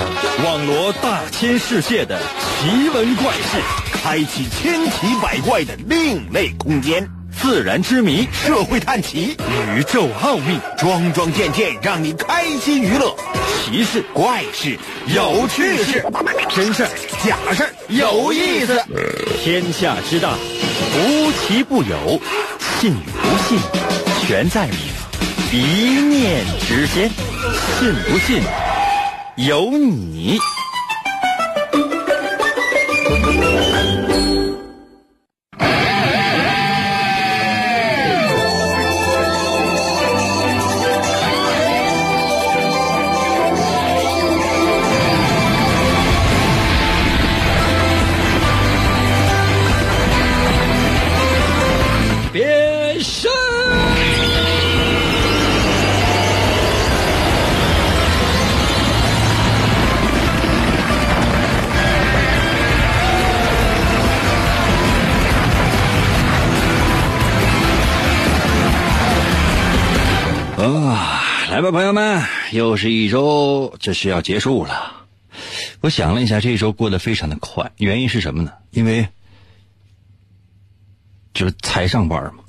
网罗大千世界的奇闻怪事，开启千奇百怪的另类空间。自然之谜，社会探奇，宇宙奥秘，桩桩件件让你开心娱乐。奇事、怪事、有趣事，真事、假事，有意思。天下之大，无奇不有，信与不信，全在你一念之间。信不信，由你。来吧，朋友们，又是一周，这是要结束了。我想了一下，这一周过得非常的快，原因是什么呢？因为就是才上班嘛，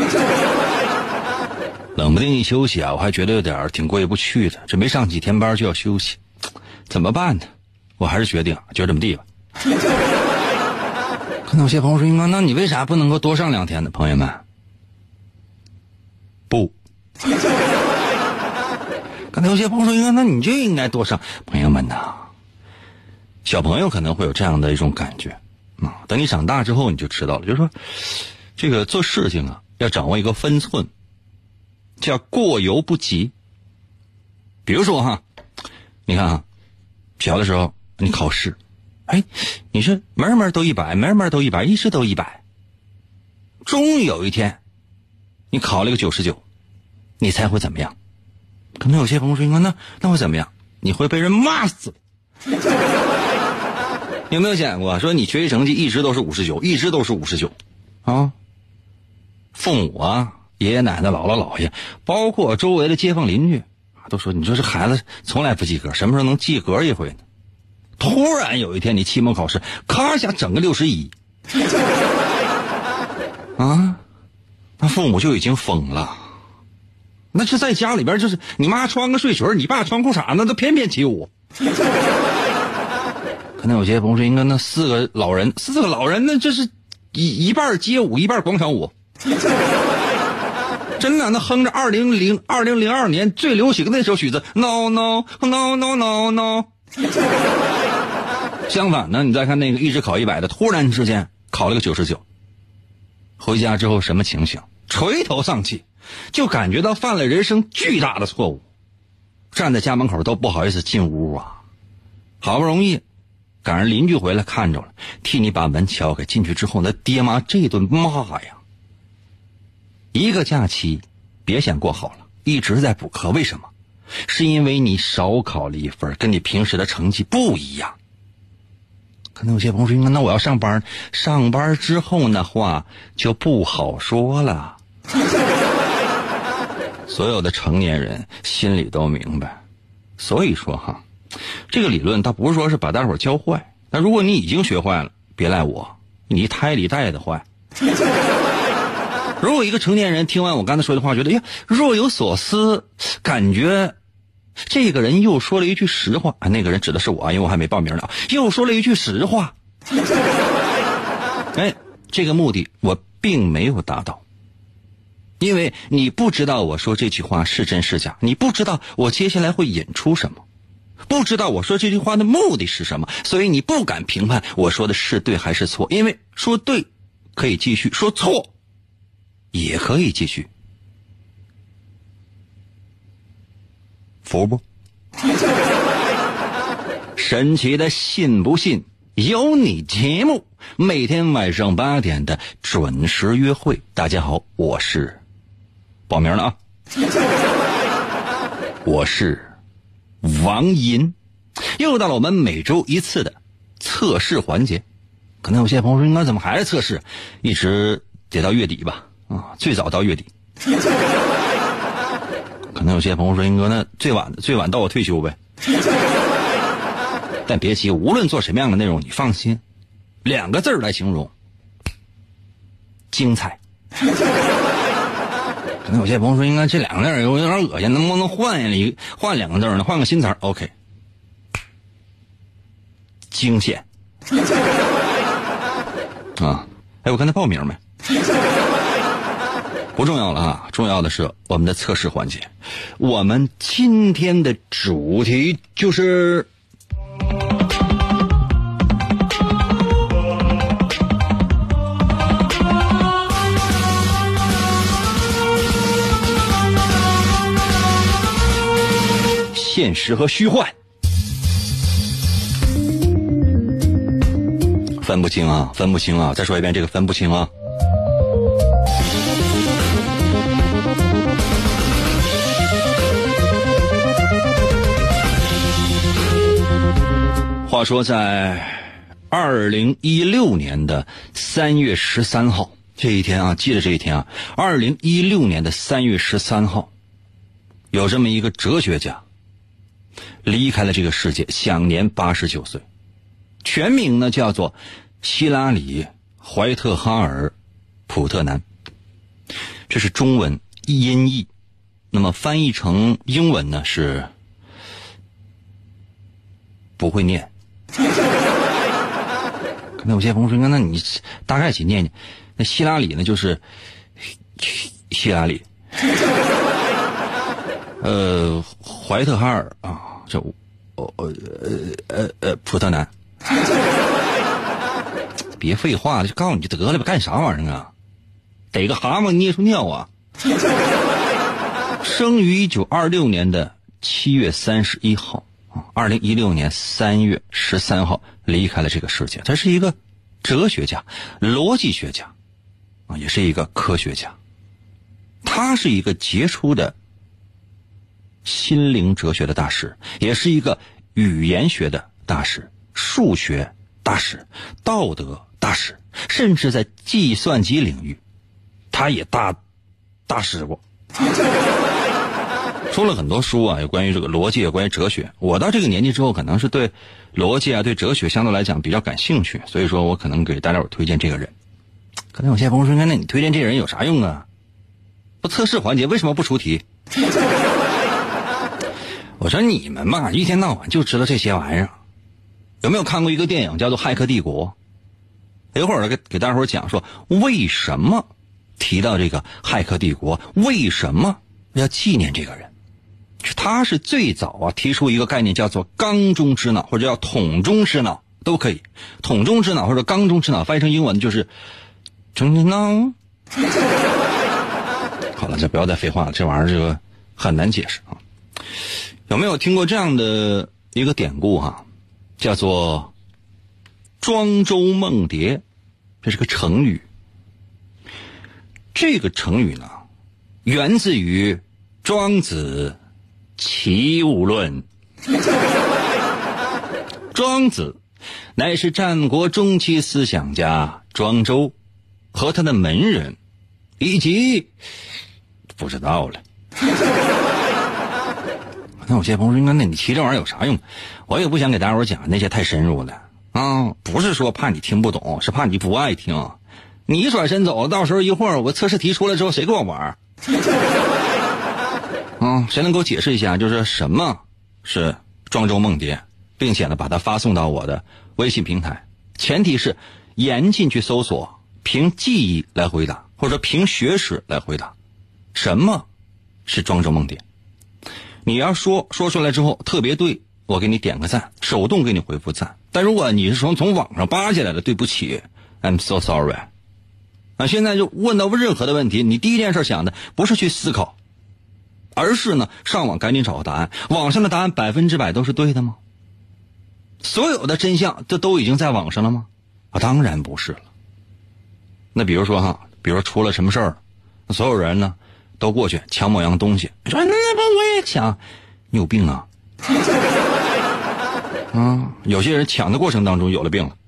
冷不丁一休息啊，我还觉得有点挺过意不去的。这没上几天班就要休息，怎么办呢？我还是决定就这么地吧。可能有些朋友说，那你为啥不能够多上2天呢？朋友们，不。刚才有些朋友说，那你就应该多上。朋友们呐，小朋友可能会有这样的一种感觉啊，等你长大之后你就知道了，就是说这个做事情啊要掌握一个分寸，叫过犹不及。比如说哈，你看啊，小的时候你考试，你是门门都100，门门都100，一直都100，终于有一天你考了个99，你猜会怎么样？可能有些朋友说，那会怎么样？你会被人骂死。有没有想过说你学习成绩一直都是59，一直都是59啊？父母啊，爷爷奶奶、姥姥姥爷，包括周围的街坊邻居都说，你说这孩子从来不及格，什么时候能及格一回呢？突然有一天你期末考试咔一下整个61啊，那父母就已经疯了。那是在家里边，就是你妈穿个睡裙，你爸穿裤衩，那都翩翩起舞。可能有些朋友说，那4个老人，那这是一半街舞，一半广场舞。真的，那哼着2002年最流行的那首曲子 No No No No No No。 相反呢，你再看那个一直考100的，突然之间考了个99，回家之后什么情形？垂头丧气，就感觉到犯了人生巨大的错误，站在家门口都不好意思进屋啊。好不容易赶上邻居回来看着了，替你把门敲开，进去之后那爹妈这顿骂呀。一个假期别想过好了，一直在补课，为什么？是因为你少考了1分，跟你平时的成绩不一样。可能有些朋友说，那我要上班，上班之后那话就不好说了。所有的成年人心里都明白，所以说哈，这个理论它不是说是把大伙教坏，那如果你已经学坏了，别赖我，你胎里带的坏。如果一个成年人听完我刚才说的话，觉得若有所思，感觉这个人又说了一句实话，那个人指的是我，因为我还没报名呢，又说了一句实话。这个目的我并没有达到，因为你不知道我说这句话是真是假，你不知道我接下来会引出什么，不知道我说这句话的目的是什么，所以你不敢评判我说的是对还是错，因为说对可以继续，说错也可以继续。服不？神奇的信不信有你节目，每天晚上8点的准时约会。大家好，我是报名了啊，我是王银。又到了我们每周一次的测试环节。可能有些朋友说，那怎么还是测试？一直得到月底吧，最早到月底。可能有些朋友说，英哥，那最晚到我退休呗。 但别急，无论做什么样的内容，你放心，2个字来形容：精彩。可能有些朋友说，应该这2个字有点恶心，能不能换2个字呢？换个新词儿 ，OK。惊险啊！哎，我刚才报名没？不重要了啊，重要的是我们的测试环节。我们今天的主题就是现实和虚幻。分不清啊，分不清啊！再说一遍，这个分不清啊。话说在2016年的3月13号这一天啊，记得这一天啊，2016年的3月13号，有这么一个哲学家离开了这个世界，享年89岁。全名呢叫做希拉里·怀特哈尔·普特南，这是中文音译，那么翻译成英文呢是不会念。可能有些朋友说，那你大概一起念念。那希拉里呢就是希拉里，怀特哈尔啊，这普特南。别废话了，就告诉你就得了吧，干啥玩意儿啊？逮个蛤蟆捏出尿啊！生于1926年的7月31号，2016年3月13号离开了这个世界。他是一个哲学家、逻辑学家啊，也是一个科学家。他是一个杰出的心灵哲学的大师，也是一个语言学的大师、数学大师、道德大师，甚至在计算机领域他也大师过。说了很多书啊，有关于这个逻辑，有关于哲学。我到这个年纪之后，可能是对逻辑啊、对哲学相对来讲比较感兴趣，所以说我可能给大家伙推荐这个人。可能有些朋友说，那你推荐这人有啥用啊？不测试环节为什么不出题？我说你们嘛，一天到晚就知道这些玩意儿。有没有看过一个电影叫做《骇客帝国》？一会儿给大伙讲说为什么提到这个骇客帝国，为什么要纪念这个人。他是最早提出一个概念叫做缸中之脑，或者叫桶中之脑都可以。桶中之脑或者缸中之脑翻译成英文就是中之脑。好了，这不要再废话了，这玩意儿这个很难解释啊。有没有听过这样的一个典故叫做庄周梦蝶，这是个成语。这个成语呢，源自于庄子齐物论。庄子乃是战国中期思想家庄周和他的门人，以及不知道了。那有些朋友说，那你提这玩意儿有啥用？我也不想给大家伙讲那些太深入的啊，不是说怕你听不懂，是怕你不爱听。你一转身走了，到时候一会儿我测试题出来之后，谁跟我玩？谁能给我解释一下，就是什么是庄周梦蝶，并且呢把它发送到我的微信平台。前提是严禁去搜索，凭记忆来回答，或者凭学识来回答。什么是庄周梦蝶？你要说出来之后特别对，我给你点个赞，手动给你回复赞。但如果你是从网上扒下来的，对不起 I'm so sorry。 现在就问到任何的问题，你第一件事想的不是去思考，而是呢上网赶紧找个答案。网上的答案100%都是对的吗？所有的真相这都已经在网上了吗？当然不是了。那比如说出了什么事儿，所有人呢都过去抢某样东西，说那我也抢，你有病啊！有些人抢的过程当中有了病了。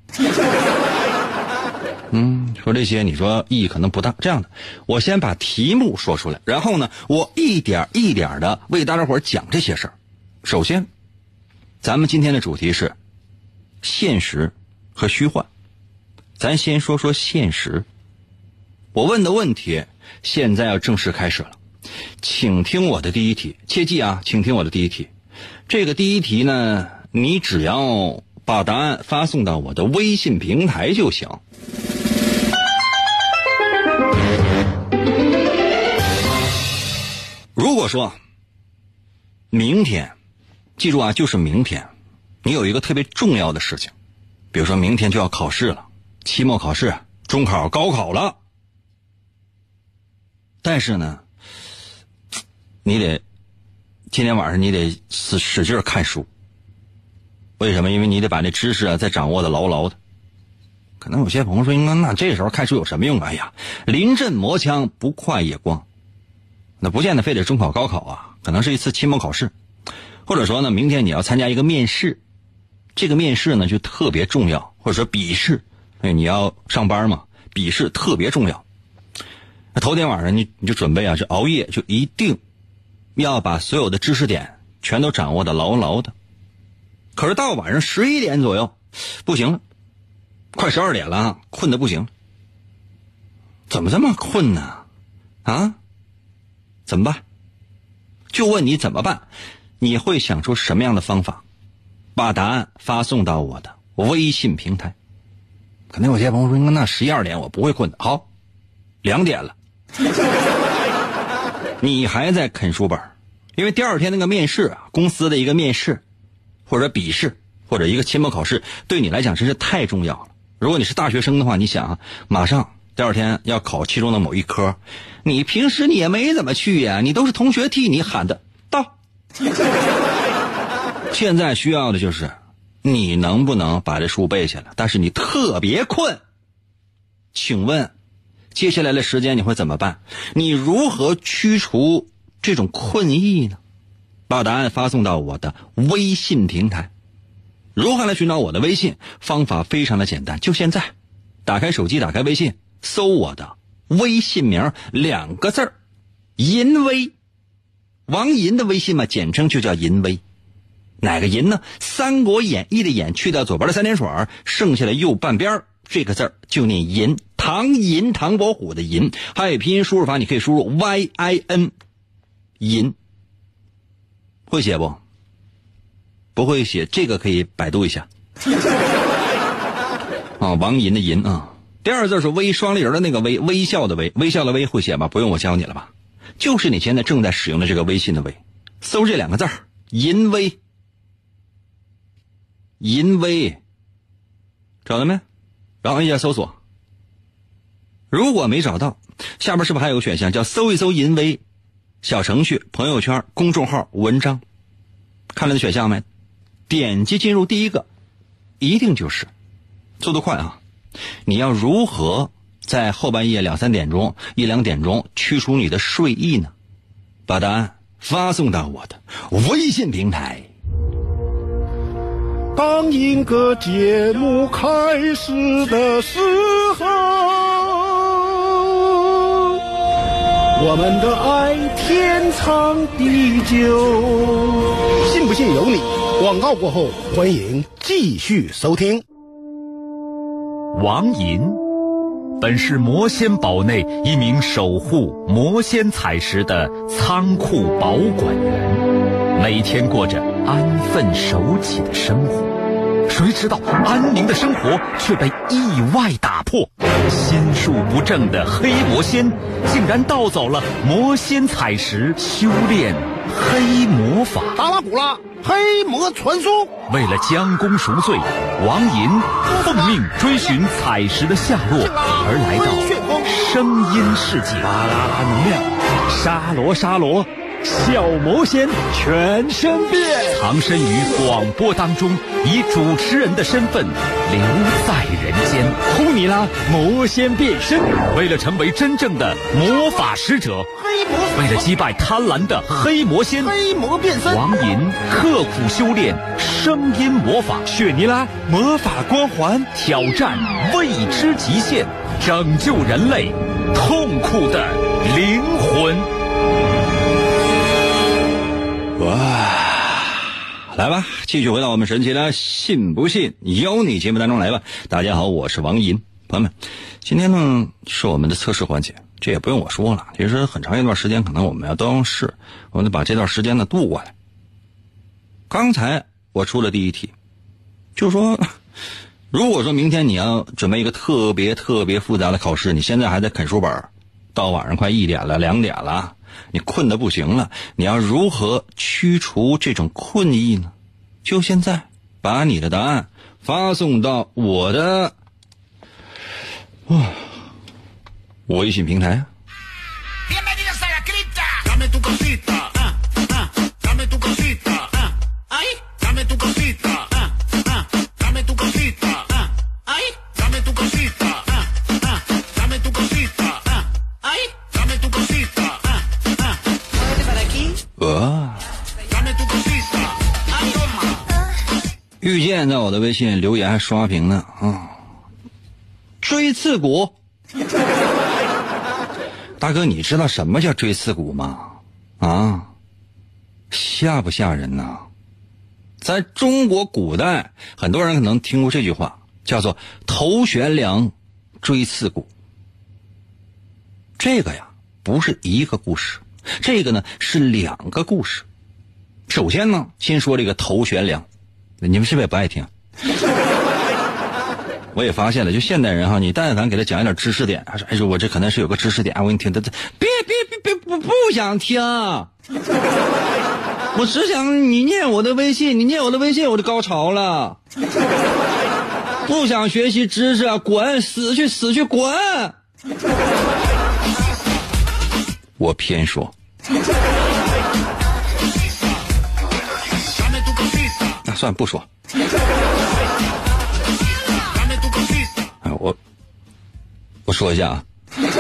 说这些你说意义可能不大。这样的，我先把题目说出来，然后呢我一点一点的为大家伙讲这些事儿。首先咱们今天的主题是现实和虚幻。咱先说说现实。我问的问题现在要正式开始了，请听我的第一题，切记啊，请听我的第一题。这个第一题呢，你只要把答案发送到我的微信平台就行。如果说明天，记住啊，就是明天，你有一个特别重要的事情，比如说明天就要考试了，期末考试、中考、高考了，但是呢，你得今天晚上你得使劲看书。为什么？因为你得把那知识啊再掌握的牢牢的。可能有些朋友说，那这时候看书有什么用？哎呀，临阵磨枪，不快也光。那不见得非得中考高考啊，可能是一次期末考试，或者说呢，明天你要参加一个面试，这个面试呢就特别重要，或者说笔试，你要上班嘛，笔试特别重要。那头天晚上你就准备啊，就熬夜，就一定要把所有的知识点全都掌握的牢牢的。可是到晚上11点左右，不行了，快12点了，困得不行。怎么这么困呢？啊？怎么办？就问你怎么办？你会想出什么样的方法？把答案发送到我的微信平台。可能有些朋友说，那12点我不会困的。好，2点了，你还在啃书本，因为第二天那个面试啊，公司的一个面试或者笔试或者一个期末考试，对你来讲真是太重要了。如果你是大学生的话，你想啊，马上第二天要考其中的某一科，你平时你也没怎么去呀，你都是同学替你喊的到。现在需要的就是你能不能把这书背下来，但是你特别困。请问接下来的时间你会怎么办？你如何驱除这种困意呢？把答案发送到我的微信平台。如何来寻找我的微信？方法非常的简单，就现在打开手机，打开微信，搜我的微信名2个字，淫威。王淫的微信嘛，简称就叫淫威。哪个淫呢？三国演义的演去掉左边的3点水，剩下的右半边这个字就念淫。唐寅，唐伯虎的寅。还有拼音输入法，你可以输入 YIN 淫。会写不？不会写，这个可以百度一下。啊，王淫的淫啊。第二字是微，双立人的那个微，微笑的微，微笑的微会写吗？不用我教你了吧？就是你现在正在使用的这个微信的微，搜这2个字，淫微。淫微，找到没？然后一下搜索。如果没找到，下边是不是还有个选项叫搜一搜淫微小程序、朋友圈、公众号、文章？看了的选项没？点击进入第一个，一定就是。速度快啊！你要如何在后半夜2、3点钟、1、2点钟驱除你的睡意呢？把答案发送到我的微信平台。 当一个节目开始的时候，我们的爱天长地久。信不信由你。广告过后，欢迎继续收听。 王寅本是魔仙堡内一名守护魔仙采石的仓库保管员，每天过着安分守己的生活。谁知道安宁的生活却被意外打破，心术不正的黑魔仙竟然盗走了魔仙采石，修炼黑魔法。 达拉古拉黑魔传说。 为了将功赎罪，王寅奉命追寻采石的下落，而来到声音世界。 巴啦啦能量， 沙罗沙罗，小魔仙全身变。 藏身于广播当中，以主持人的身份留在人间。 呼尼拉魔仙变身， 为了成为真正的魔法使者，为了击败贪婪的黑魔仙， 黑魔变身， 王寅刻苦修炼声音魔法。 雪尼拉魔法光环， 挑战未知极限，拯救人类痛苦的灵魂。 哇， 来吧，继续回到我们神奇的信不信由你节目当中来吧。大家好，我是王银。朋友们，今天呢是我们的测试环节，这也不用我说了，其实很长一段时间可能我们要都要试，我们得把这段时间呢度过来。刚才我出了第一题，就是说如果说明天你要准备一个特别复杂的考试，你现在还在啃书本，到晚上快1点了2点了，你困得不行了，你要如何驱除这种困意呢？就现在把你的答案发送到我的微信平台。遇见在我的微信留言还刷屏呢追刺股。大哥，你知道什么叫锥刺股吗？吓不吓人呢？在中国古代，很多人可能听过这句话，叫做头悬梁锥刺股。这个呀不是一个故事，这个呢是2个故事。首先呢，先说这个头悬梁，你们是不是也不爱听？我也发现了，就现代人你但凡给他讲一点知识点，他说哎，我这可能是有个知识点，我给你听，别不想听，我只想你念我的微信，你念我的微信我就高潮了，不想学习知识，滚，死去滚。我偏说那算不说。我说一下啊，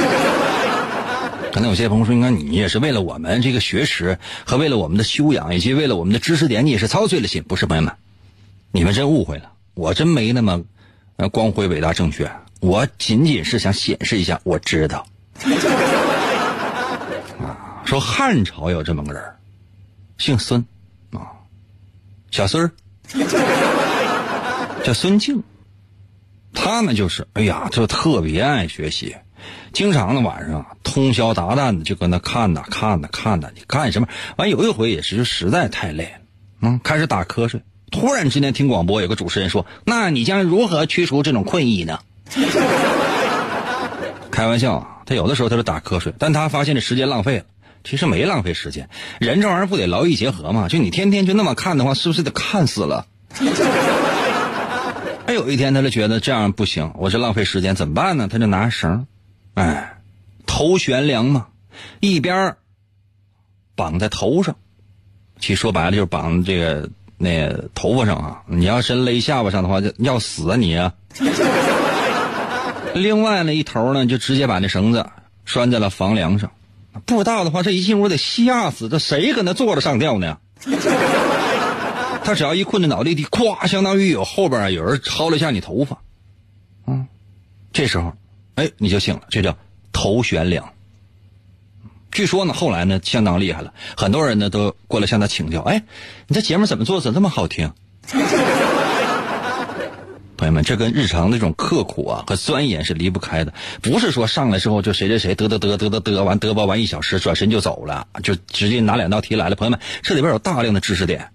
可能有些朋友说，应该你也是为了我们这个学识和为了我们的修养以及为了我们的知识点，你也是操碎了心。不是，朋友们，你们真误会了，我真没那么光辉伟大正确，我仅仅是想显示一下我知道。说汉朝有这么个人，姓孙小孙儿叫孙敬。他呢就是就特别爱学习，经常的晚上通宵达旦的就跟他看呐，你干什么？完有一回也是就实在太累了，开始打瞌睡。突然之间听广播有个主持人说，那你将如何驱除这种困意呢？开玩笑他有的时候他就打瞌睡，但他发现这时间浪费了。其实没浪费时间，人这玩意儿不得劳逸结合吗？就你天天就那么看的话，是不是得看死了？有一天他就觉得这样不行，我这浪费时间怎么办呢？他就拿绳头悬梁嘛，一边绑在头上，其实说白了就是绑这个头发上你要真勒下巴上的话就要死你啊。另外呢一头呢就直接把那绳子拴在了房梁上，不知道的话这一进屋得吓死，这谁跟他坐着上吊呢？他只要一困着脑袋地，咵，相当于有后边有人薅了一下你头发，这时候你就醒了，这叫头悬梁。据说呢后来呢相当厉害了，很多人呢都过来向他请教，你这节目怎么做这么好听？朋友们，这跟日常那种刻苦和钻研是离不开的，不是说上来之后就谁谁谁得完嘚啵完1小时转身就走了，就直接拿2道题来了。朋友们，这里边有大量的知识点。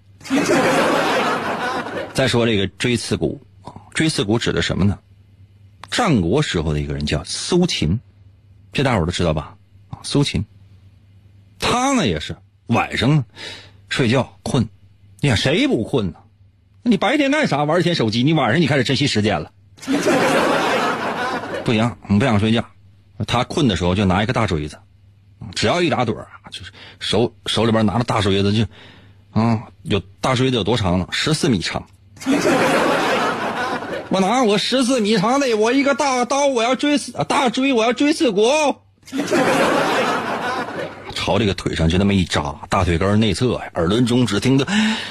再说这个锥刺股，锥刺股指的什么呢？战国时候的一个人叫苏秦，这大伙儿都知道吧？苏秦，他呢也是晚上呢睡觉困，你看谁不困呢？你白天干啥？玩一天手机，你晚上你开始珍惜时间了。不行，你不想睡觉，他困的时候就拿一个大锥子，只要一打盹就是手里边拿着大锥子就有大锥子有多长呢？14米长。我拿我14米长的我一个大刀，我要大锥，我要锥刺股，朝这个腿上就那么一扎，大腿根内侧，耳轮中只听得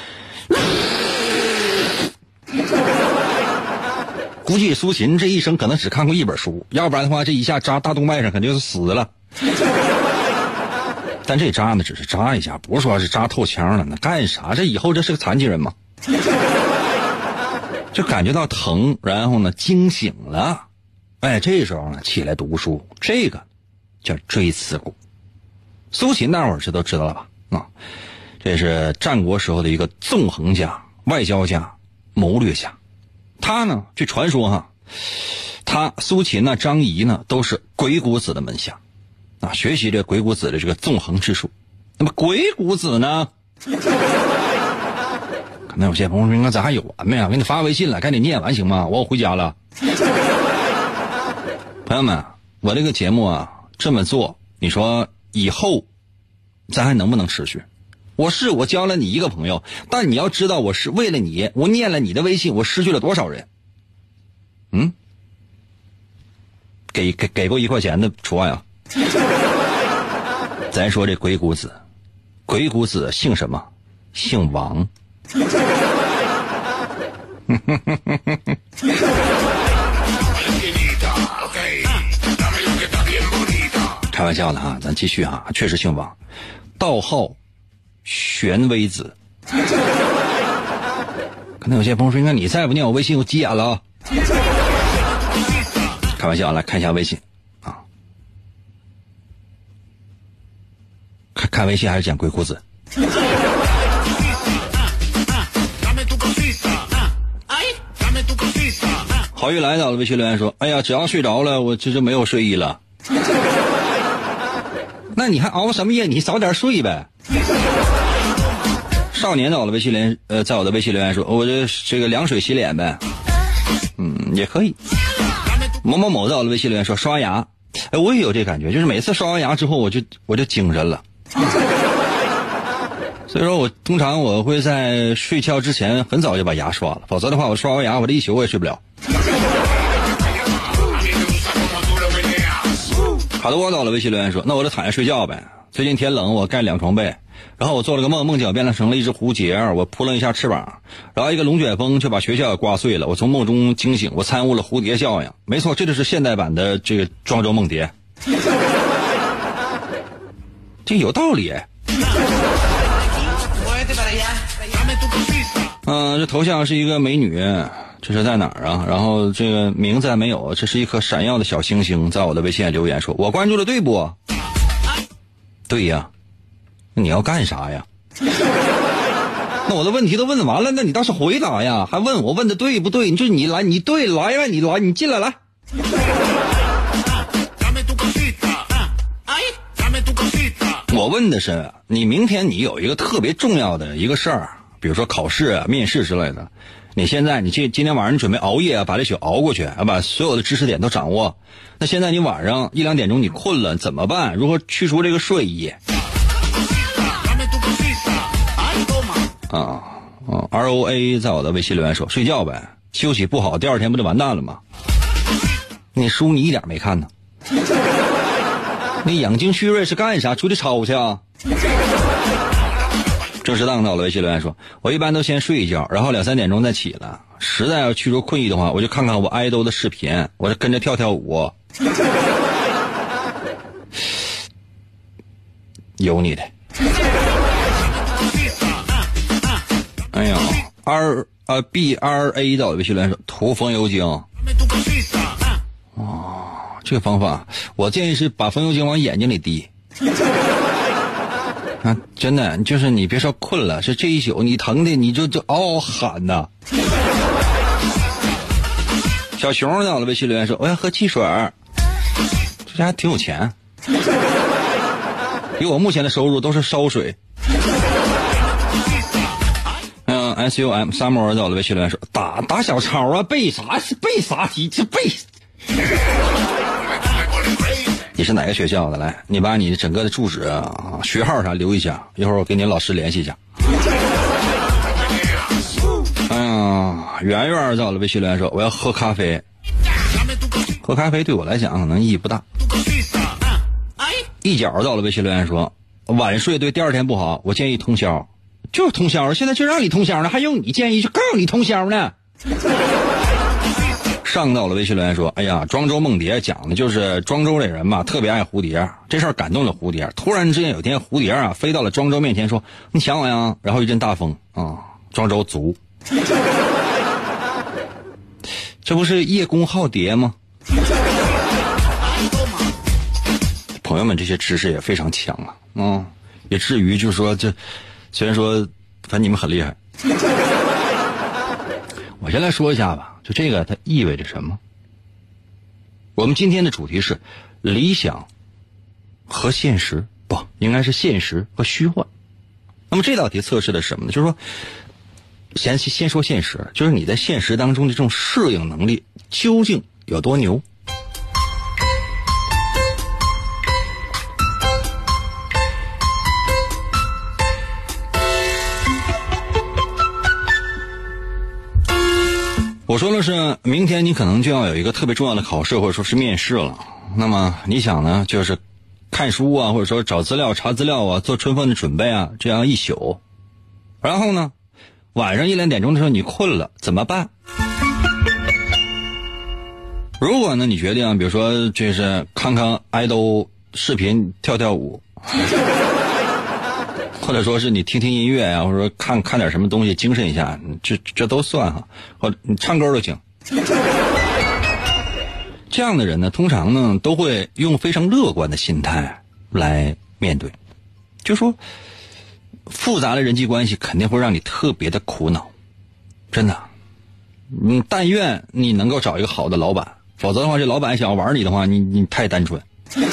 估计苏秦这一生可能只看过1本书，要不然的话这一下扎大动脉上肯定是死了。但这扎呢只是扎一下，不是说是扎透腔了，那干啥？这以后这是个残疾人吗？ 就感觉到疼，然后呢惊醒了，哎，这时候呢起来读书，这个叫锥刺股。苏秦大伙儿都知道了吧？啊，这是战国时候的一个纵横家、外交家、谋略家。他呢，据传说哈，他苏秦呢、张仪呢都是鬼谷子的门下啊，学习这鬼谷子的这个纵横之术。那么鬼谷子呢？可能有些朋友说：“那咱还有完没啊？给你发微信了，赶紧念完行吗？我回家了。”朋友们，我这个节目啊这么做，你说以后咱还能不能持续？我交了你一个朋友，但你要知道，我是为了你，我念了你的微信，我失去了多少人？给过1块钱的除外啊。咱说这鬼谷子，鬼谷子姓什么？姓王。开玩笑的哈，咱继续哈，确实姓王，道号玄微子。可能有些朋友说，应该你再不念我微信，我急眼了啊。开玩笑，来看一下微信啊，看微信还是讲鬼谷子？郝玉来到了微信留言说：“哎呀，只要睡着了，我这就没有睡意了。”那你还熬什么夜？你早点睡呗。少年在我的微信留言说：“我这个凉水洗脸呗。”也可以。某某某在我的微信留言说：“刷牙。”哎，我也有这感觉，就是每次刷完牙之后，我就精神了。所以说我通常我会在睡觉之前很早就把牙刷了，否则的话我刷完牙我这一宿我也睡不了。好的，我到了微信留言说：“那我就躺下睡觉呗。最近天冷，我盖2床被，然后我做了个梦，梦见我变成了一只蝴蝶，我扑棱一下翅膀，然后一个龙卷风却把学校给刮碎了。我从梦中惊醒，我参悟了蝴蝶效应。没错，这就是现代版的这个庄周梦蝶。这有道理。这头像是一个美女，这是在哪儿啊？然后这个名字还没有，这是一颗闪耀的小星星，在我的微信留言说：“我关注了，对不？”对呀，你要干啥呀？那我的问题都问完了，那你倒是回答呀，还问我问的对不对？你就你来，你对来呀，你来，你进来来。我问的是，你明天你有一个特别重要的一个事儿，比如说考试啊、面试之类的，你现在你今天晚上你准备熬夜啊，把这宿熬过去，把所有的知识点都掌握。那现在你晚上1、2点钟你困了怎么办？如何去除这个睡意？ROA 在我的微信留言说：“睡觉呗，休息不好，第2天不就完蛋了吗？”那书你一点没看呢。你养精蓄锐是干啥？出去抄去啊！正适当到了微信留言说：“我一般都先睡一觉，然后2、3点钟再起了。实在要去除困意的话，我就看看我爱豆的视频，我就跟着跳跳舞。”有你的。哎呀BRA 到了微信留言说：“涂风油精。”这个方法我建议是把风油精往眼睛里滴。啊，真的，就是你别说困了，是这一宿你疼的你就嗷嗷喊呐。小熊在我的微信留言说：“我要喝汽水。”这家还挺有钱，比我目前的收入都是烧水。SUM Summer 在我的微信留言说：“打小抄啊，背啥题？这背。”你是哪个学校的？来，你把你整个的住址啊、学号啥留一下，一会儿我给你老师联系一下。哎呀，圆圆在我的微信留言说：“我要喝咖啡。”喝咖啡对我来讲可能意义不大。一角在我的微信留言说：“晚睡对第2天不好，我建议通宵。”就是通宵，现在就让你通宵呢，还用你建议就告诉你通宵呢。上到了微信留言说：“哎呀，庄周梦蝶讲的就是庄周这人嘛，特别爱蝴蝶，这事儿感动了蝴蝶。突然之间有一天，蝴蝶啊飞到了庄周面前说：‘你想我呀。’然后一阵大风啊，庄周足。 这不是叶公好蝶吗？朋友们这些知识也非常强啊，也至于就是说这虽然说反正你们很厉害。我先来说一下吧，就这个它意味着什么。我们今天的主题是理想和现实，不应该是现实和虚幻。那么这道题测试的是什么呢？就是说先说现实，就是你在现实当中的这种适应能力究竟有多牛。我说的是明天你可能就要有一个特别重要的考试或者说是面试了，那么你想呢，就是看书啊，或者说找资料查资料啊，做充分的准备啊，这样一宿，然后呢晚上1、2点钟的时候你困了怎么办？如果呢你决定比如说这是看看爱豆视频跳跳舞或者说是你听听音乐啊，或者说看点什么东西精神一下，这都算哈，或者你唱歌都行。这样的人呢通常呢都会用非常乐观的心态来面对，就说复杂的人际关系肯定会让你特别的苦恼，真的。但愿你能够找一个好的老板，否则的话这老板想要玩你的话，你太单纯。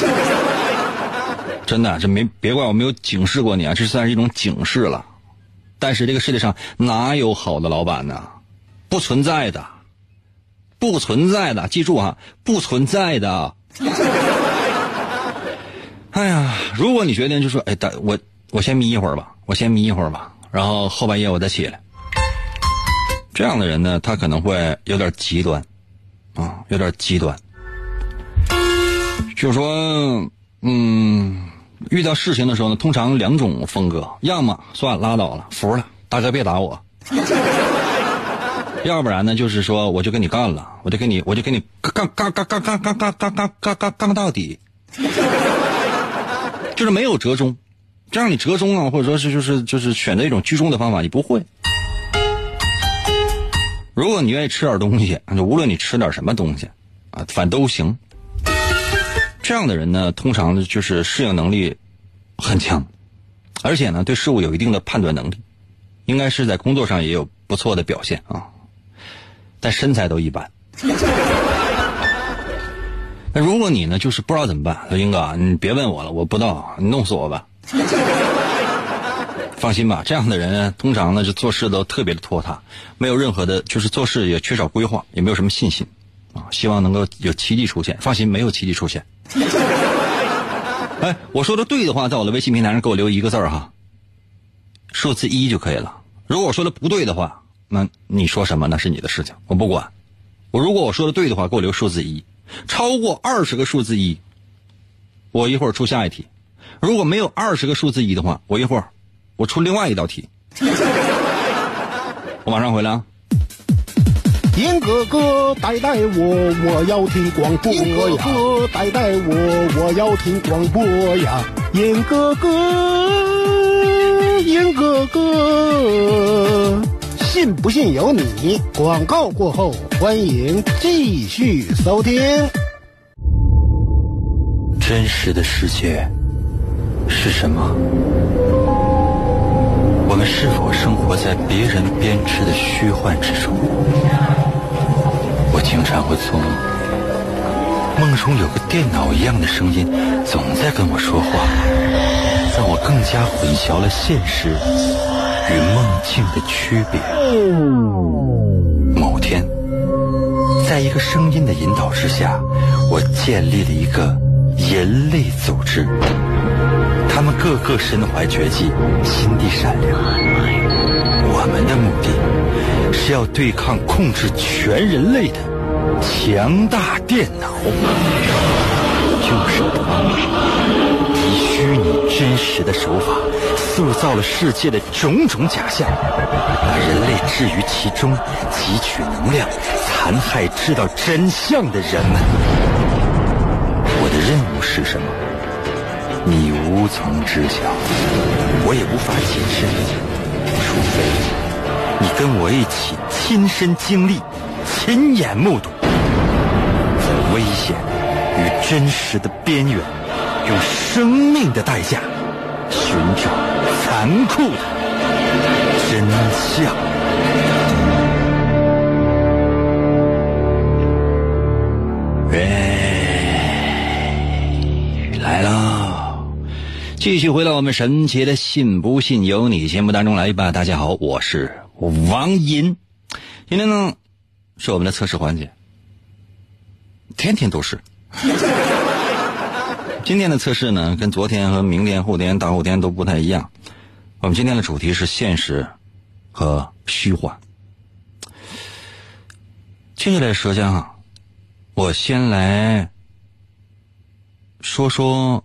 真的，别怪我没有警示过你啊，这算是一种警示了。但是这个世界上哪有好的老板呢？不存在的，不存在的，记住啊，不存在的。哎呀，如果你决定就说，我先眯一会儿吧，然后后半夜我再起来。这样的人呢，他可能会有点极端啊，有点极端。就是说，遇到事情的时候呢，通常2种风格，要么算了拉倒了，服了，大哥别打我；要不然呢，就是说我就跟你干了，我就跟你杠到底，就是没有折中。这样你折中啊，或者说是就是选择一种居中的方法，你不会。如果你愿意吃点东西，就无论你吃点什么东西啊，反都行。这样的人呢，通常就是适应能力很强，而且呢对事物有一定的判断能力，应该是在工作上也有不错的表现啊，但身材都一般。那如果你呢就是不知道怎么办，说英哥你别问我了，我不知道，你弄死我吧。放心吧，这样的人通常呢就做事都特别的拖沓，没有任何的，就是做事也缺少规划，也没有什么信心啊，希望能够有奇迹出现。放心，没有奇迹出现。我说的对的话，在我的微信平台上给我留一个字哈，数字1就可以了。如果我说的不对的话，那你说什么那是你的事情，我不管。如果我说的对的话，给我留数字1，超过20个数字1，我一会儿出下一题。如果没有20个数字1的话，我一会儿我出另外一道题。我马上回来啊。 严哥哥带我，我要听广播呀！严哥哥带我，我要听广播呀！严哥哥，信不信由你。广告过后，欢迎继续收听。 真实的世界是什么？我们是否生活在别人编织的虚幻之中？我经常会做梦，梦中有个电脑一样的声音总在跟我说话，让我更加混淆了现实与梦境的区别。某天，在一个声音的引导之下，我建立了一个人类组织，他们个个身怀绝技，心地善良。我们的目的是要对抗控制全人类的强大电脑，就是他们以虚拟真实的手法塑造了世界的种种假象，把人类置于其中，汲取能量，残害知道真相的人们。我的任务是什么？你无从知晓，我也无法解释，除非你跟我一起亲身经历，亲眼目睹，在危险与真实的边缘，用生命的代价寻找残酷的真相。 来了，继续回到我们神奇的信不信由你节目当中来吧。大家好，我是王银。今天呢是我们的测试环节，天天都是。今天的测试呢跟昨天和明天后天大后天都不太一样。我们今天的主题是现实和虚幻。接下来舌尖啊，我先来说说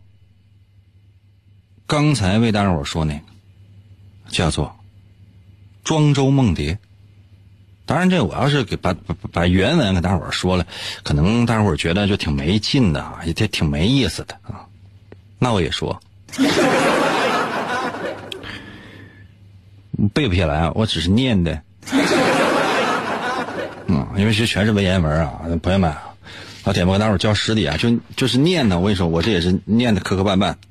刚才为大家伙说那个叫做庄周梦蝶。当然这我要是给把原文给大伙说了，可能大伙觉得就挺没劲的啊，也挺没意思的啊。那我也说背不下来啊，我只是念的因为这全是文言文啊，朋友们啊，老铁们跟大伙教实底啊，就是念的，我跟你说，我这也是念的磕磕绊绊，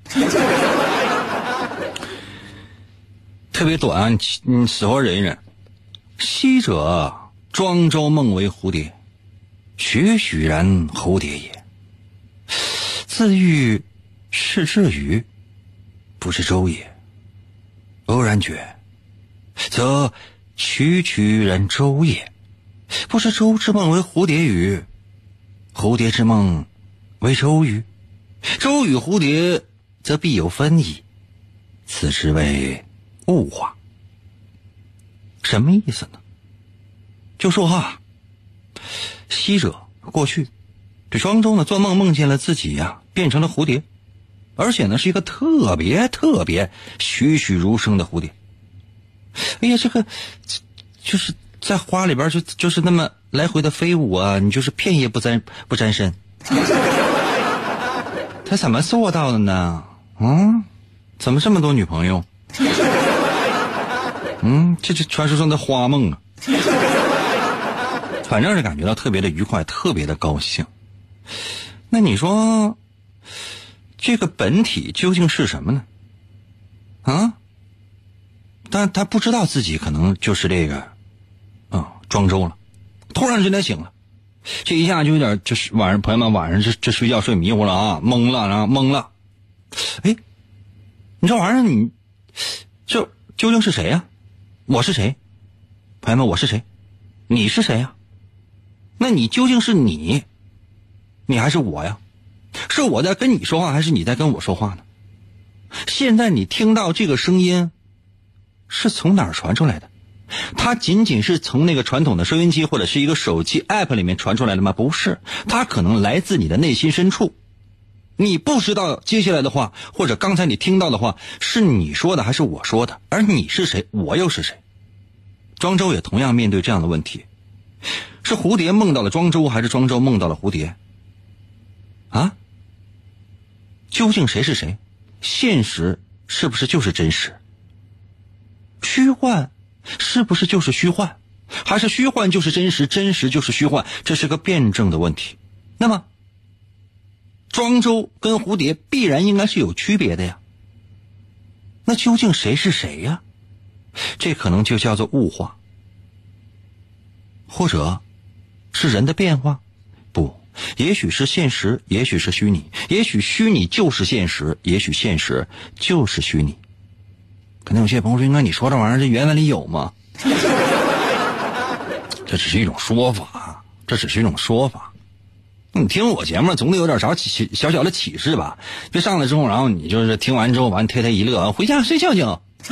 特别短，死活忍一忍。昔者庄周梦为蝴蝶，栩栩然蝴蝶也。自欲是之语，不是周也。偶然觉，则区区然周也。不是周之梦为蝴蝶语，蝴蝶之梦为周语。周与蝴蝶则必有分矣，此之谓物化。什么意思呢？就说昔者过去，这庄周呢做梦梦见了自己变成了蝴蝶，而且呢是一个特别特别栩栩如生的蝴蝶。哎呀，这个就是在花里边就是那么来回的飞舞啊，你就是片叶不沾身。他怎么做到的呢？怎么这么多女朋友？这是传说中的花梦啊。反正是感觉到特别的愉快，特别的高兴。那你说这个本体究竟是什么呢？但他不知道自己可能就是这个庄周了。突然之间醒了，这一下就有点就是晚上朋友们晚上这睡觉睡迷糊了啊，懵了。哎，你这玩意儿你这究竟是谁呀？我是谁？朋友们，我是谁？你是谁呀？那你究竟是你还是我呀？是我在跟你说话，还是你在跟我说话呢？现在你听到这个声音是从哪儿传出来的？它仅仅是从那个传统的收音机或者是一个手机 app 里面传出来的吗？不是，它可能来自你的内心深处。你不知道接下来的话，或者刚才你听到的话是你说的还是我说的，而你是谁，我又是谁？庄周也同样面对这样的问题，是蝴蝶梦到了庄周，还是庄周梦到了蝴蝶究竟谁是谁？现实是不是就是真实？虚幻是不是就是虚幻？还是虚幻就是真实，真实就是虚幻？这是个辩证的问题。那么庄周跟蝴蝶必然应该是有区别的呀，那究竟谁是谁呀？这可能就叫做物化，或者是人的变化。不，也许是现实，也许是虚拟，也许虚拟就是现实，也许现实就是虚拟。可能有些朋友说，应该你说这玩意儿这原文里有吗？这只是一种说法，你听我节目总得有点小小的启示吧，别上来之后然后你就是听完之后完贴一乐回家睡觉去。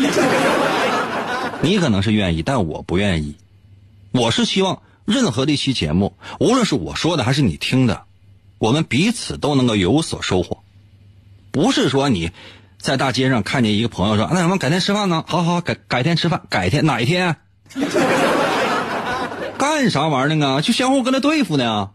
你可能是愿意，但我不愿意。我是希望任何的一期节目，无论是我说的还是你听的，我们彼此都能够有所收获。不是说你在大街上看见一个朋友说，那什么改天吃饭呢？好，改天吃饭，改天哪一天？干啥玩意儿呢？就相互跟他对付呢。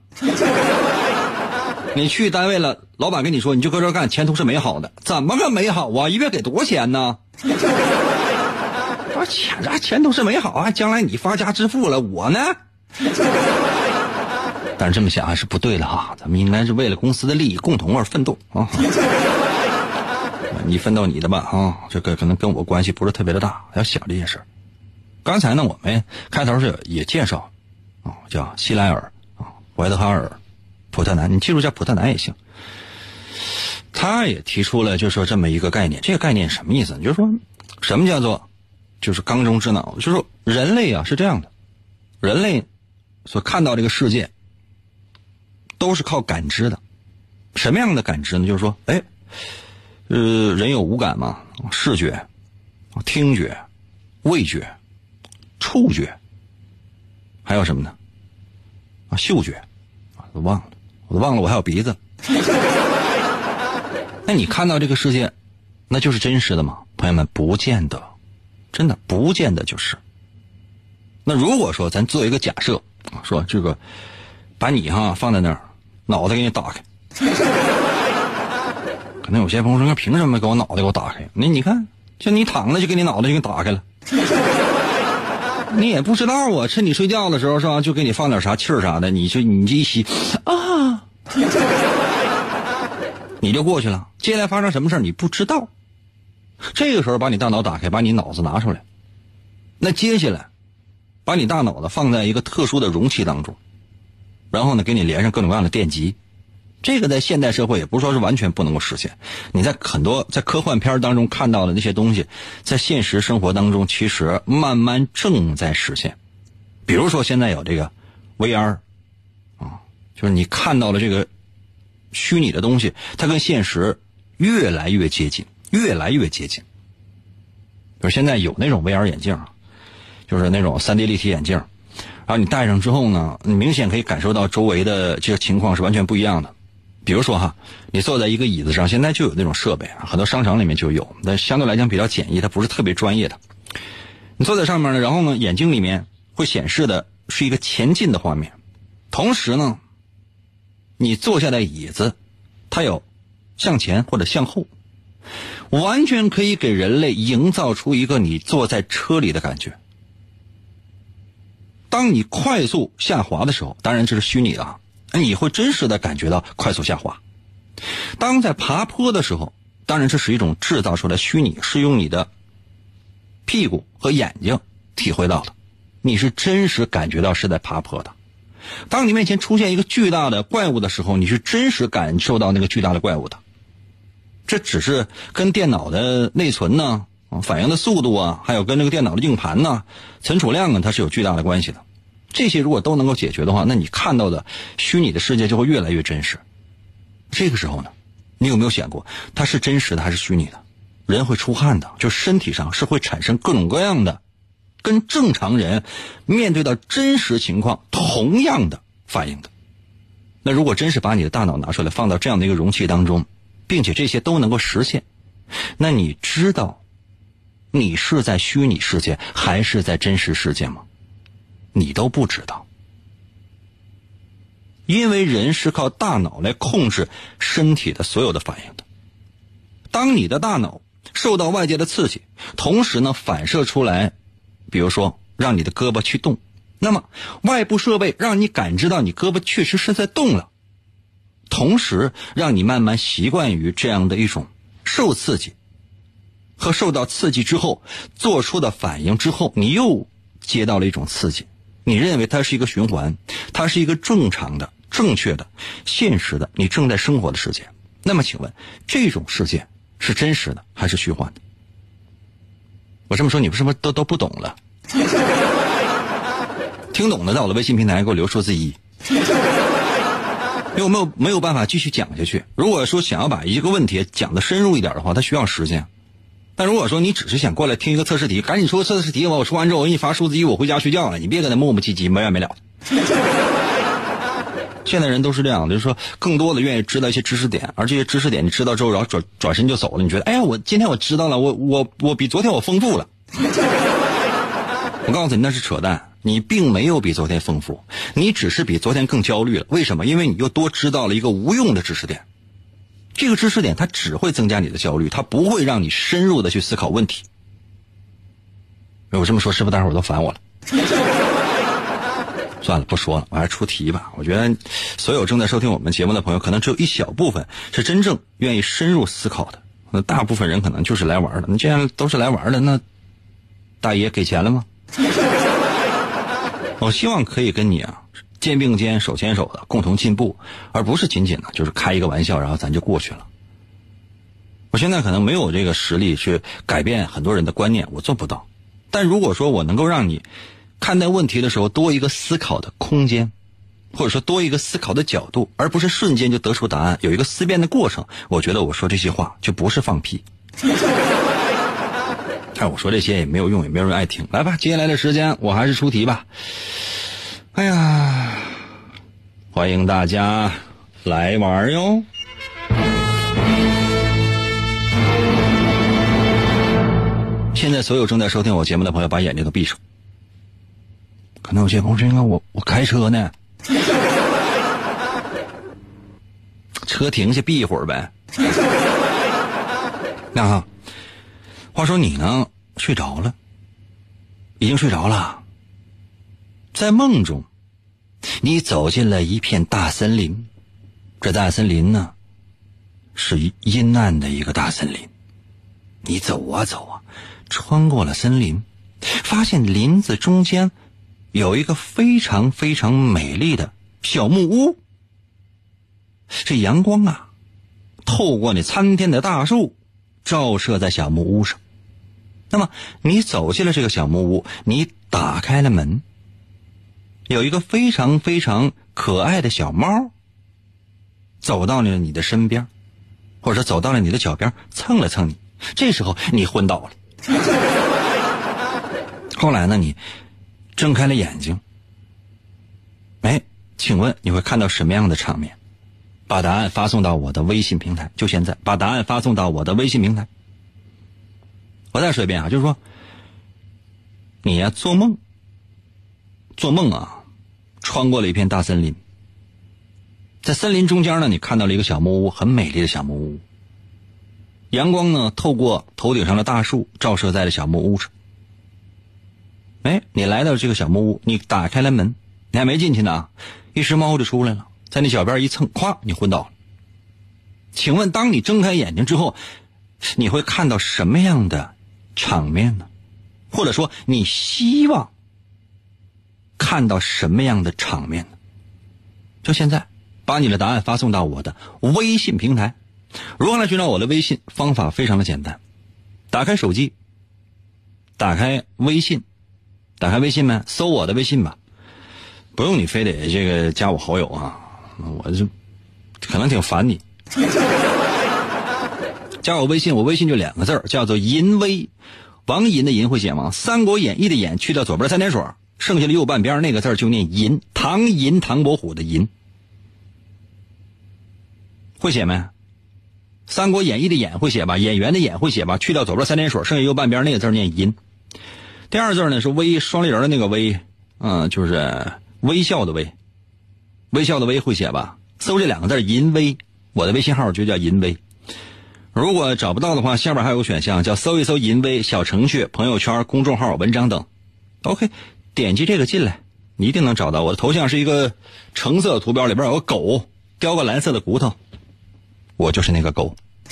你去单位了，老板跟你说你就搁这干，前途是美好的。怎么个美好啊？一月给多少钱呢？ 说钱都是美好啊，将来你发家致富了，我呢？但是这么想还是不对的哈，咱们应该是为了公司的利益共同而奋斗啊。你奋斗你的吧啊，这个可能跟我关系不是特别的大，要想这些事儿。刚才呢，我们开头是也介绍啊，叫希莱尔啊，怀特哈尔、普特南，你记住叫普特南也行。他也提出了就是说这么一个概念，这个概念什么意思？就是说什么叫做就是缸中之脑，就是说人类啊是这样的，人类所看到这个世界都是靠感知的。什么样的感知呢？就是说人有五感嘛，视觉、听觉、味觉、触觉，还有什么呢？嗅觉，我都忘了，我还有鼻子。那你看到这个世界，那就是真实的吗？朋友们，不见得，真的不见得就是。那如果说咱做一个假设，说这个把你放在那儿，脑袋给你打开，可能有些朋友说，凭什么给我脑袋给我打开？你看，就你躺着就给你脑袋就给打开了。你也不知道啊，趁你睡觉的时候是吧，就给你放点啥气儿啥的，你这一吸啊，你就过去了。接下来发生什么事儿你不知道，这个时候把你大脑打开，把你脑子拿出来，那接下来把你大脑的放在一个特殊的容器当中，然后呢给你连上各种各样的电极。这个在现代社会也不是说是完全不能够实现，你在很多在科幻片当中看到的那些东西，在现实生活当中其实慢慢正在实现。比如说现在有这个 VR 啊，就是你看到了这个虚拟的东西，它跟现实越来越接近。比如现在有那种 VR 眼镜，就是那种 3D 立体眼镜，然后你戴上之后呢，你明显可以感受到周围的这个情况是完全不一样的。比如说你坐在一个椅子上，现在就有那种设备，很多商场里面就有，但相对来讲比较简易，它不是特别专业的。你坐在上面呢，然后呢，眼睛里面会显示的是一个前进的画面，同时呢，你坐下的椅子它有向前或者向后，完全可以给人类营造出一个你坐在车里的感觉。当你快速下滑的时候，当然这是虚拟的你会真实的感觉到快速下滑。当在爬坡的时候，当然这是一种制造出来虚拟，是用你的屁股和眼睛体会到的，你是真实感觉到是在爬坡的。当你面前出现一个巨大的怪物的时候，你是真实感受到那个巨大的怪物的。这只是跟电脑的内存呢、反应的速度还有跟这个电脑的硬盘呢、存储量它是有巨大的关系的。这些如果都能够解决的话，那你看到的虚拟的世界就会越来越真实。这个时候呢，你有没有想过它是真实的还是虚拟的？人会出汗的，就身体上是会产生各种各样的跟正常人面对到真实情况同样的反应的。那如果真是把你的大脑拿出来放到这样的一个容器当中，并且这些都能够实现，那你知道你是在虚拟世界还是在真实世界吗？你都不知道。因为人是靠大脑来控制身体的所有的反应的。当你的大脑受到外界的刺激，同时呢反射出来，比如说让你的胳膊去动，那么外部设备让你感知到你胳膊确实是在动了，同时让你慢慢习惯于这样的一种受刺激和受到刺激之后做出的反应之后，你又接到了一种刺激，你认为它是一个循环，它是一个正常的、正确的、现实的你正在生活的世界。那么请问这种世界是真实的还是虚幻的？我这么说你们是不是都不懂了？听懂的在我的微信平台给我留数字1，因为我没有办法继续讲下去。如果说想要把一个问题讲得深入一点的话，它需要时间。但如果说你只是想过来听一个测试题，赶紧出个测试题，我出完之后我给你发数字1，我回家睡觉了，你别跟他磨磨唧唧没完没了。现在人都是这样的，就是说更多的愿意知道一些知识点，而这些知识点你知道之后，然后转身就走了。你觉得，哎呀，我今天我知道了，我比昨天我丰富了。我告诉你那是扯淡，你并没有比昨天丰富，你只是比昨天更焦虑了。为什么？因为你又多知道了一个无用的知识点。这个知识点它只会增加你的焦虑，它不会让你深入的去思考问题。 我这么说是不是大伙儿都烦我了？算了，不说了，我还是出题吧。我觉得所有正在收听我们节目的朋友，可能只有一小部分是真正愿意深入思考的，那大部分人可能就是来玩的。你既然都是来玩的，那大爷给钱了吗？我希望可以跟你肩并肩手牵手的共同进步，而不是仅仅的就是开一个玩笑然后咱就过去了。我现在可能没有这个实力去改变很多人的观念，我做不到。但如果说我能够让你看待问题的时候多一个思考的空间，或者说多一个思考的角度，而不是瞬间就得出答案，有一个思辨的过程，我觉得我说这些话就不是放屁。但我说这些也没有用，也没有人爱听。来吧，接下来的时间我还是出题吧。哎呀，欢迎大家来玩哟。现在所有正在收听我节目的朋友把眼睛都闭上。可能有些朋友说我开车呢，车停下闭一会儿呗。那话说你呢睡着了，已经睡着了。在梦中你走进了一片大森林，这大森林呢是阴暗的一个大森林。你走啊走啊，穿过了森林，发现林子中间有一个非常非常美丽的小木屋。这阳光透过那参天的大树照射在小木屋上。那么你走进了这个小木屋，你打开了门，有一个非常非常可爱的小猫走到了你的身边，或者走到了你的脚边蹭了蹭你。这时候你昏倒了。后来呢，你睁开了眼睛，请问你会看到什么样的场面？把答案发送到我的微信平台，就现在把答案发送到我的微信平台。我再说一遍就是说你做梦穿过了一片大森林，在森林中间呢，你看到了一个小木屋，很美丽的小木屋。阳光呢透过头顶上的大树照射在了小木屋上。你来到这个小木屋，你打开了门，你还没进去呢，一只猫就出来了，在你脚边一蹭，咵，你昏倒了。请问当你睁开眼睛之后，你会看到什么样的场面呢？或者说你希望看到什么样的场面呢？就现在把你的答案发送到我的微信平台。如何来寻找我的微信？方法非常的简单，打开手机，打开微信呗，搜我的微信吧，不用你非得这个加我好友我就可能挺烦你。加我微信，我微信就2个字，叫做淫威，王淫的淫会写吗？三国演义的演去掉左边3点水，剩下的右半边那个字就念淫，唐寅唐伯虎的寅，会写没？三国演义的演会写吧，演员的演会写吧，去掉左边3点水，剩下右半边那个字念淫。第二字呢是微，双立人的那个微，就是微笑的微，微笑的微会写吧？搜这2个字淫威，我的微信号就叫淫威。如果找不到的话，下边还有个选项叫搜一搜淫威小程序、朋友圈、公众号、文章等。OK， 点击这个进来，你一定能找到。我的头像是一个橙色的图标，里边有个狗叼个蓝色的骨头，我就是那个狗。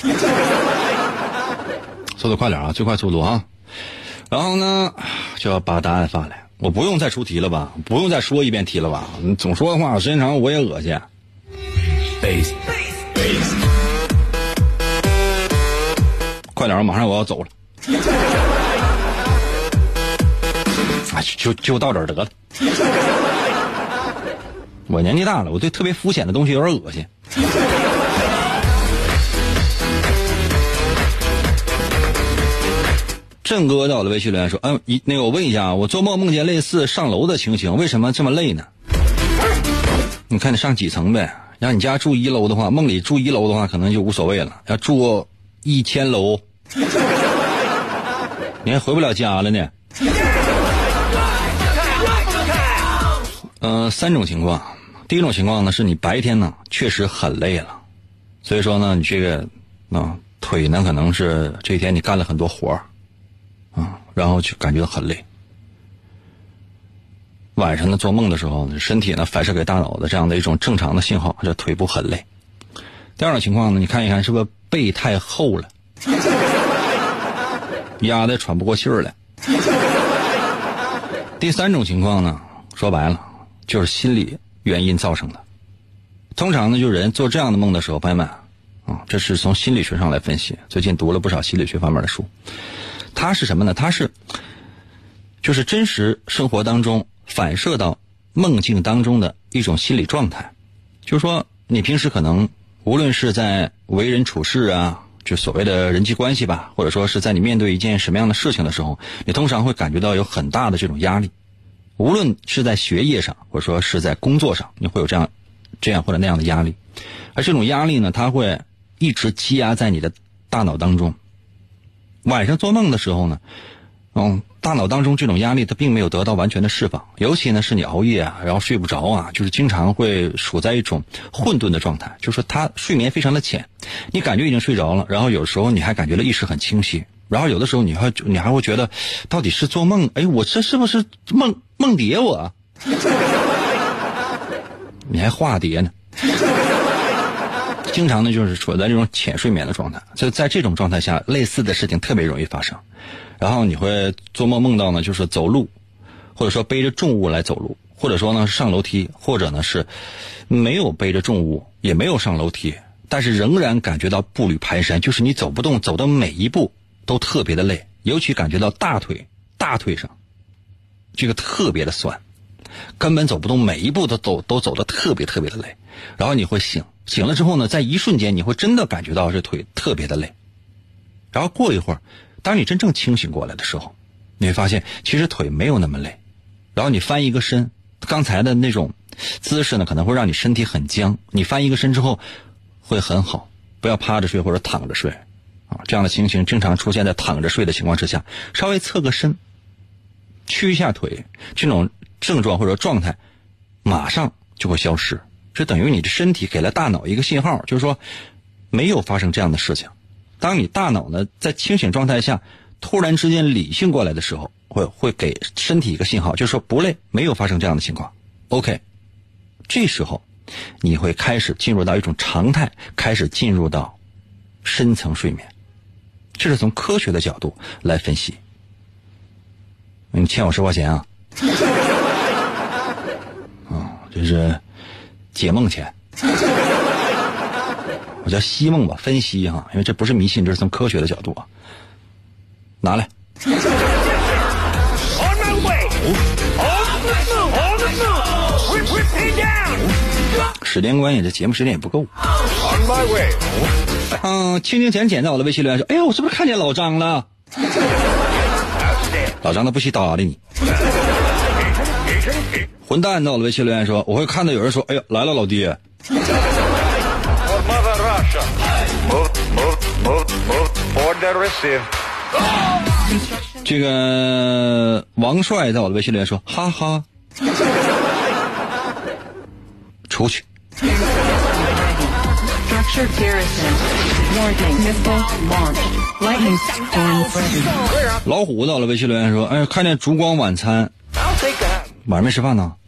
速度快点最快速度然后呢就要把答案发来。我不用再出题了吧，不用再说一遍题了吧，你总说的话时间长我也恶心。快点，马上我要走了。就到这儿得了。我年纪大了，我对特别肤浅的东西有点恶心。郑哥在我的微信留言说：“那个我问一下，我做梦梦见类似上楼的情形，为什么这么累呢？你看你上几层呗。要你家住1楼的话，梦里住1楼的话，可能就无所谓了。要住1000楼，你还回不了家了呢。3种情况。第一种情况呢，是你白天呢确实很累了，所以说呢，你这个腿呢可能是这一天你干了很多活然后就感觉到很累。晚上呢做梦的时候，身体呢反射给大脑的这样的一种正常的信号，就腿部很累。第二种情况呢，你看一看是不是背太厚了，压得喘不过气儿来。第三种情况呢，说白了就是心理原因造成的。通常呢，就人做这样的梦的时候，朋友们这是从心理学上来分析，最近读了不少心理学方面的书。它是什么呢？它是就是真实生活当中反射到梦境当中的一种心理状态。就是说你平时可能无论是在为人处事啊，就所谓的人际关系吧，或者说是在你面对一件什么样的事情的时候，你通常会感觉到有很大的这种压力。无论是在学业上或者说是在工作上，你会有这样或者那样的压力。而这种压力呢，它会一直积压在你的大脑当中。晚上做梦的时候呢，大脑当中这种压力它并没有得到完全的释放，尤其呢是你熬夜啊，然后睡不着啊，就是经常会处在一种混沌的状态，就是说它睡眠非常的浅，你感觉已经睡着了，然后有时候你还感觉到意识很清晰，然后有的时候你还会觉得到底是做梦，我这是不是梦蝶我你还化蝶呢。经常呢就是处在这种浅睡眠的状态，就在这种状态下类似的事情特别容易发生。然后你会做梦到呢就是走路，或者说背着重物来走路，或者说呢上楼梯，或者呢是没有背着重物也没有上楼梯，但是仍然感觉到步履蹒跚，就是你走不动，走的每一步都特别的累，尤其感觉到大腿上这个特别的酸，根本走不动，每一步都走得特别的累。然后你会醒了之后呢，在一瞬间你会真的感觉到这腿特别的累。然后过一会儿，当你真正清醒过来的时候，你会发现其实腿没有那么累。然后你翻一个身，刚才的那种姿势呢可能会让你身体很僵，你翻一个身之后会很好。不要趴着睡或者躺着睡这样的情形经常出现在躺着睡的情况之下，稍微侧个身屈一下腿，这种症状或者状态马上就会消失。这等于你的身体给了大脑一个信号，就是说没有发生这样的事情。当你大脑呢在清醒状态下突然之间理性过来的时候，会给身体一个信号，就是说不累，没有发生这样的情况。 OK， 这时候你会开始进入到一种常态，开始进入到深层睡眠。这是从科学的角度来分析。你欠我10块钱啊这是解梦钱，我叫西梦吧，分析因为这不是迷信，这是从科学的角度拿来。时间关系，这节目时间也不够。清清浅浅在我的微信留言说：“哎呀，我是不是看见老张了？”老张他不惜打的你。混蛋在我的微信留言说：“我会看到有人说，哎呀，来了老爹。”这个王帅在我的微信留言说：“哈哈。”出去。老虎到了微信留言说：“哎，看见烛光晚餐，晚上没吃饭呢。”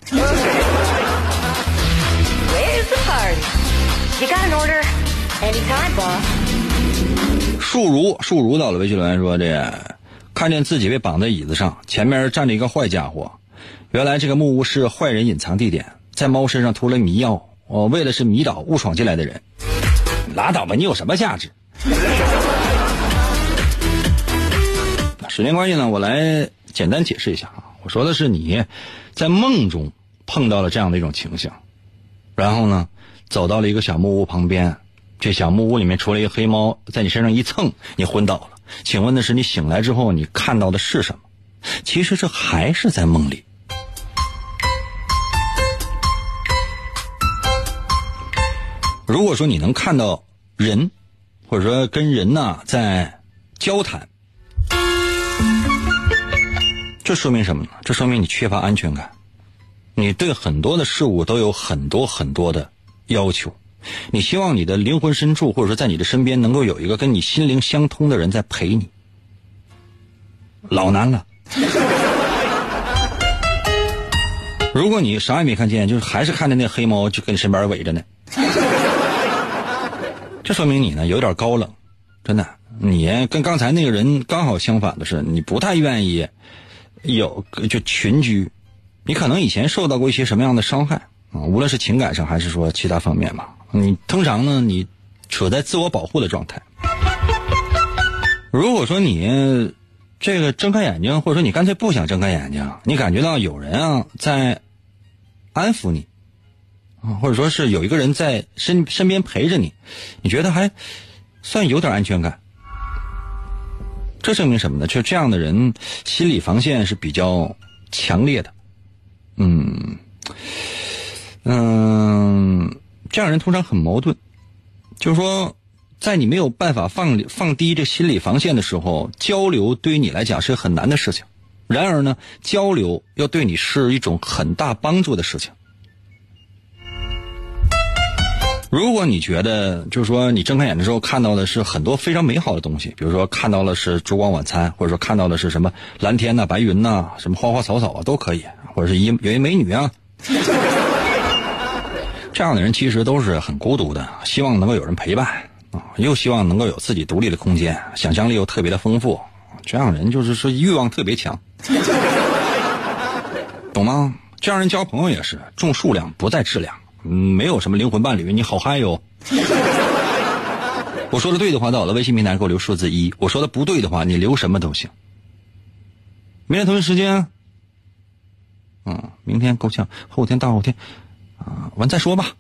树如到了微信留言说：“这看见自己被绑在椅子上，前面站着一个坏家伙，原来这个木屋是坏人隐藏地点，在猫身上涂了迷药，为的是迷倒误闯进来的人。”拉倒吧，你有什么价值？时间关系呢，我来简单解释一下我说的是你在梦中碰到了这样的一种情形，然后呢走到了一个小木屋旁边，这小木屋里面出了一个黑猫，在你身上一蹭，你昏倒了。请问的是，你醒来之后你看到的是什么？其实这还是在梦里。如果说你能看到人，或者说跟人在交谈，这说明什么呢？这说明你缺乏安全感，你对很多的事物都有很多的要求，你希望你的灵魂深处，或者说在你的身边能够有一个跟你心灵相通的人在陪你。 老难了。如果你啥也没看见，就是还是看见那黑猫就跟你身边围着呢，这说明你呢有点高冷，真的。你跟刚才那个人刚好相反的是，你不太愿意就群居，你可能以前受到过一些什么样的伤害啊，无论是情感上还是说其他方面吧。你通常呢，你处在自我保护的状态。如果说你这个睁开眼睛，或者说你干脆不想睁开眼睛，你感觉到有人啊在安抚你啊，或者说是有一个人在身边陪着你，你觉得还算有点安全感。这证明什么呢？就这样的人心理防线是比较强烈的。这样人通常很矛盾，就是说在你没有办法放低这心理防线的时候，交流对于你来讲是很难的事情。然而呢，交流要对你是一种很大帮助的事情。如果你觉得就是说你睁开眼的时候看到的是很多非常美好的东西，比如说看到的是烛光晚餐，或者说看到的是什么蓝天呐、白云呐、什么花花草草啊都可以，或者是有一美女啊，这样的人其实都是很孤独的，希望能够有人陪伴啊，又希望能够有自己独立的空间，想象力又特别的丰富，这样的人就是说欲望特别强，懂吗？这样人交朋友也是重数量不在质量。没有什么灵魂伴侣，你好嗨哟！我说的对的话，到我的微信平台给我留数字1；我说的不对的话，你留什么都行。明天同一时间，明天够呛，后天大后天，完再说吧。